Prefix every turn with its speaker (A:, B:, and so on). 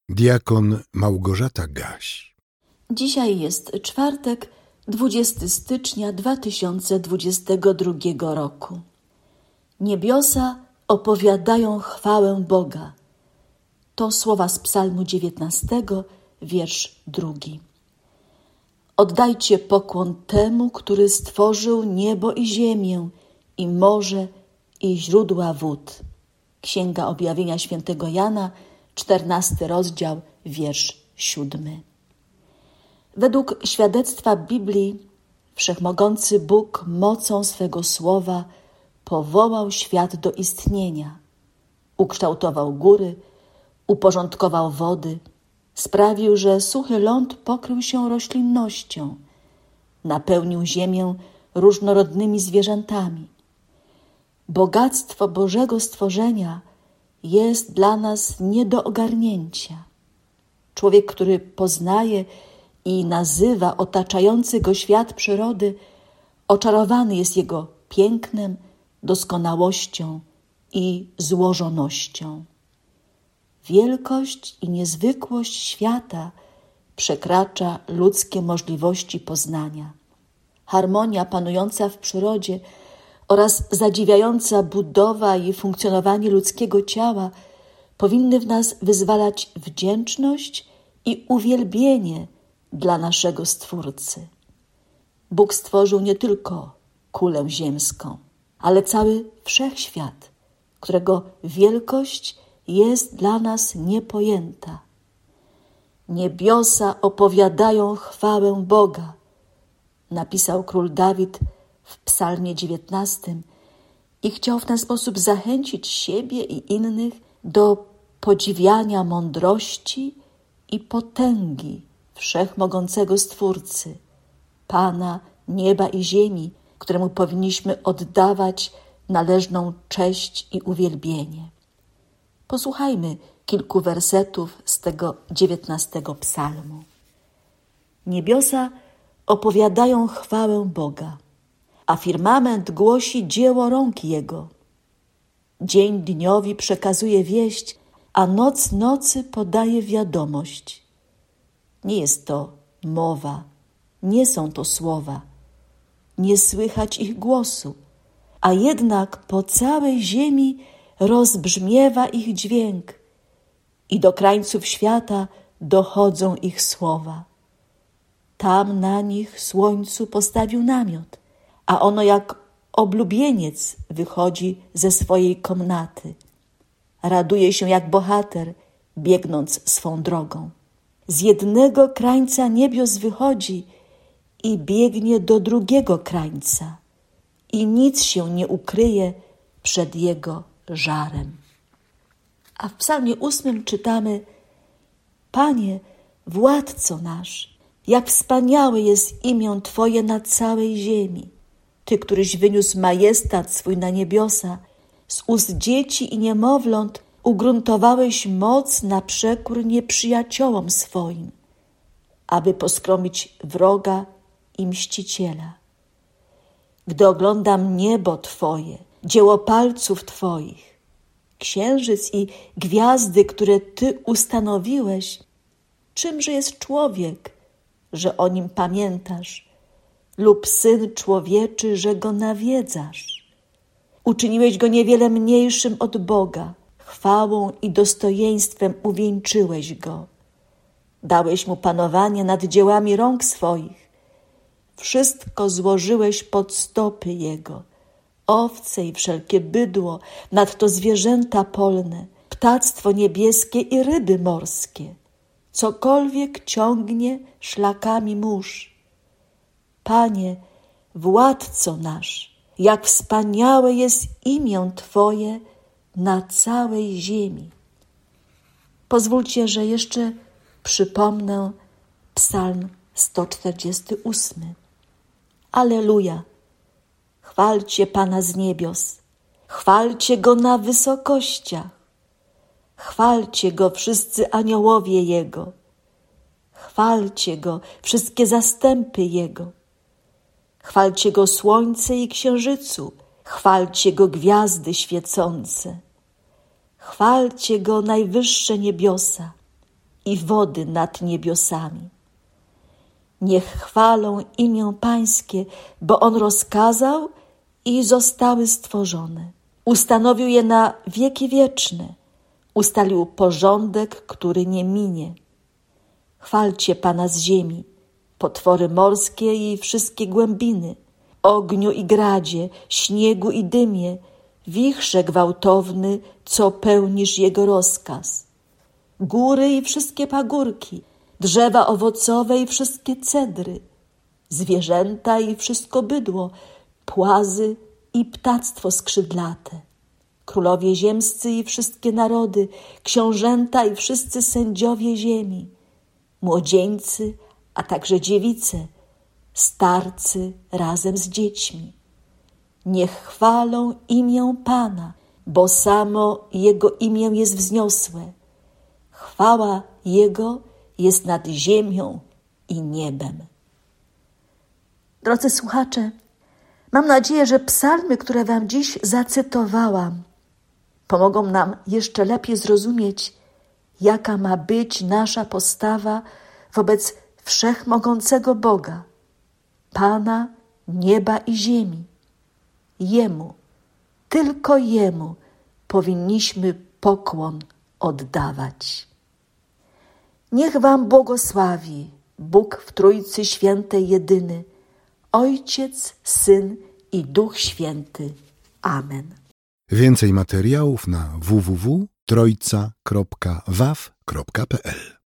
A: Diakon Małgorzata Gaś.
B: Dzisiaj jest czwartek, 20 stycznia 2022 roku. Niebiosa opowiadają chwałę Boga. To słowa z Psalmu 19, wiersz 2. Oddajcie pokłon temu, który stworzył niebo i ziemię, i morze, i źródła wód. Księga Objawienia Świętego Jana, 14 rozdział, wiersz 7. Według świadectwa Biblii, wszechmogący Bóg mocą swego słowa powołał świat do istnienia. Ukształtował góry, uporządkował wody, sprawił, że suchy ląd pokrył się roślinnością, napełnił ziemię różnorodnymi zwierzętami. Bogactwo Bożego stworzenia jest dla nas nie do ogarnięcia. Człowiek, który poznaje i nazywa otaczający go świat przyrody, oczarowany jest jego pięknem, doskonałością i złożonością. Wielkość i niezwykłość świata przekracza ludzkie możliwości poznania. Harmonia panująca w przyrodzie oraz zadziwiająca budowa i funkcjonowanie ludzkiego ciała powinny w nas wyzwalać wdzięczność i uwielbienie dla naszego Stwórcy. Bóg stworzył nie tylko kulę ziemską, ale cały wszechświat, którego wielkość jest dla nas niepojęta. Niebiosa opowiadają chwałę Boga, napisał król Dawid w Psalmie 19 i chciał w ten sposób zachęcić siebie i innych do podziwiania mądrości i potęgi wszechmogącego Stwórcy, Pana nieba i ziemi, któremu powinniśmy oddawać należną cześć i uwielbienie. Posłuchajmy kilku wersetów z tego 19 psalmu. Niebiosa opowiadają chwałę Boga, a firmament głosi dzieło rąk Jego. Dzień dniowi przekazuje wieść, a noc nocy podaje wiadomość. Nie jest to mowa, nie są to słowa, nie słychać ich głosu, a jednak po całej ziemi rozbrzmiewa ich dźwięk i do krańców świata dochodzą ich słowa. Tam na nich słońcu postawił namiot, a ono jak oblubieniec wychodzi ze swojej komnaty. Raduje się jak bohater, biegnąc swą drogą. Z jednego krańca niebios wychodzi i biegnie do drugiego krańca i nic się nie ukryje przed jego żarem. A w psalmie 8 czytamy: Panie, władco nasz, jak wspaniałe jest imię Twoje na całej ziemi. Ty, któryś wyniósł majestat swój na niebiosa, z ust dzieci i niemowląt ugruntowałeś moc na przekór nieprzyjaciołom swoim, aby poskromić wroga i mściciela. Gdy oglądam niebo Twoje, dzieło palców Twoich, księżyc i gwiazdy, które Ty ustanowiłeś, czymże jest człowiek, że o nim pamiętasz, lub syn człowieczy, że go nawiedzasz? Uczyniłeś go niewiele mniejszym od Boga, chwałą i dostojeństwem uwieńczyłeś go. Dałeś mu panowanie nad dziełami rąk swoich. Wszystko złożyłeś pod stopy jego, owce i wszelkie bydło, nadto zwierzęta polne, ptactwo niebieskie i ryby morskie, cokolwiek ciągnie szlakami mórz. Panie, władco nasz, jak wspaniałe jest imię Twoje na całej ziemi. Pozwólcie, że jeszcze przypomnę Psalm 148. Alleluja! Chwalcie Pana z niebios, chwalcie Go na wysokościach, chwalcie Go wszyscy aniołowie Jego, chwalcie Go wszystkie zastępy Jego, chwalcie Go słońce i księżycu, chwalcie Go gwiazdy świecące, chwalcie Go najwyższe niebiosa i wody nad niebiosami. Niech chwalą imię Pańskie, bo On rozkazał i zostały stworzone. Ustanowił je na wieki wieczne. Ustalił porządek, który nie minie. Chwalcie Pana z ziemi, potwory morskie i wszystkie głębiny, ogniu i gradzie, śniegu i dymie, wichrze gwałtowny, co pełnisz Jego rozkaz. Góry i wszystkie pagórki, drzewa owocowe i wszystkie cedry, zwierzęta i wszystko bydło, płazy i ptactwo skrzydlate, królowie ziemscy i wszystkie narody, książęta i wszyscy sędziowie ziemi, młodzieńcy, a także dziewice, starcy razem z dziećmi. Niech chwalą imię Pana, bo samo Jego imię jest wzniosłe. Chwała Jego jest nad ziemią i niebem. Drodzy słuchacze, mam nadzieję, że psalmy, które wam dziś zacytowałam, pomogą nam jeszcze lepiej zrozumieć, jaka ma być nasza postawa wobec wszechmogącego Boga, Pana nieba i ziemi. Jemu, tylko Jemu powinniśmy pokłon oddawać. Niech wam błogosławi Bóg w Trójcy Świętej jedyny, Ojciec, Syn i Duch Święty. Amen.
A: Więcej materiałów na www.trojca.waw.pl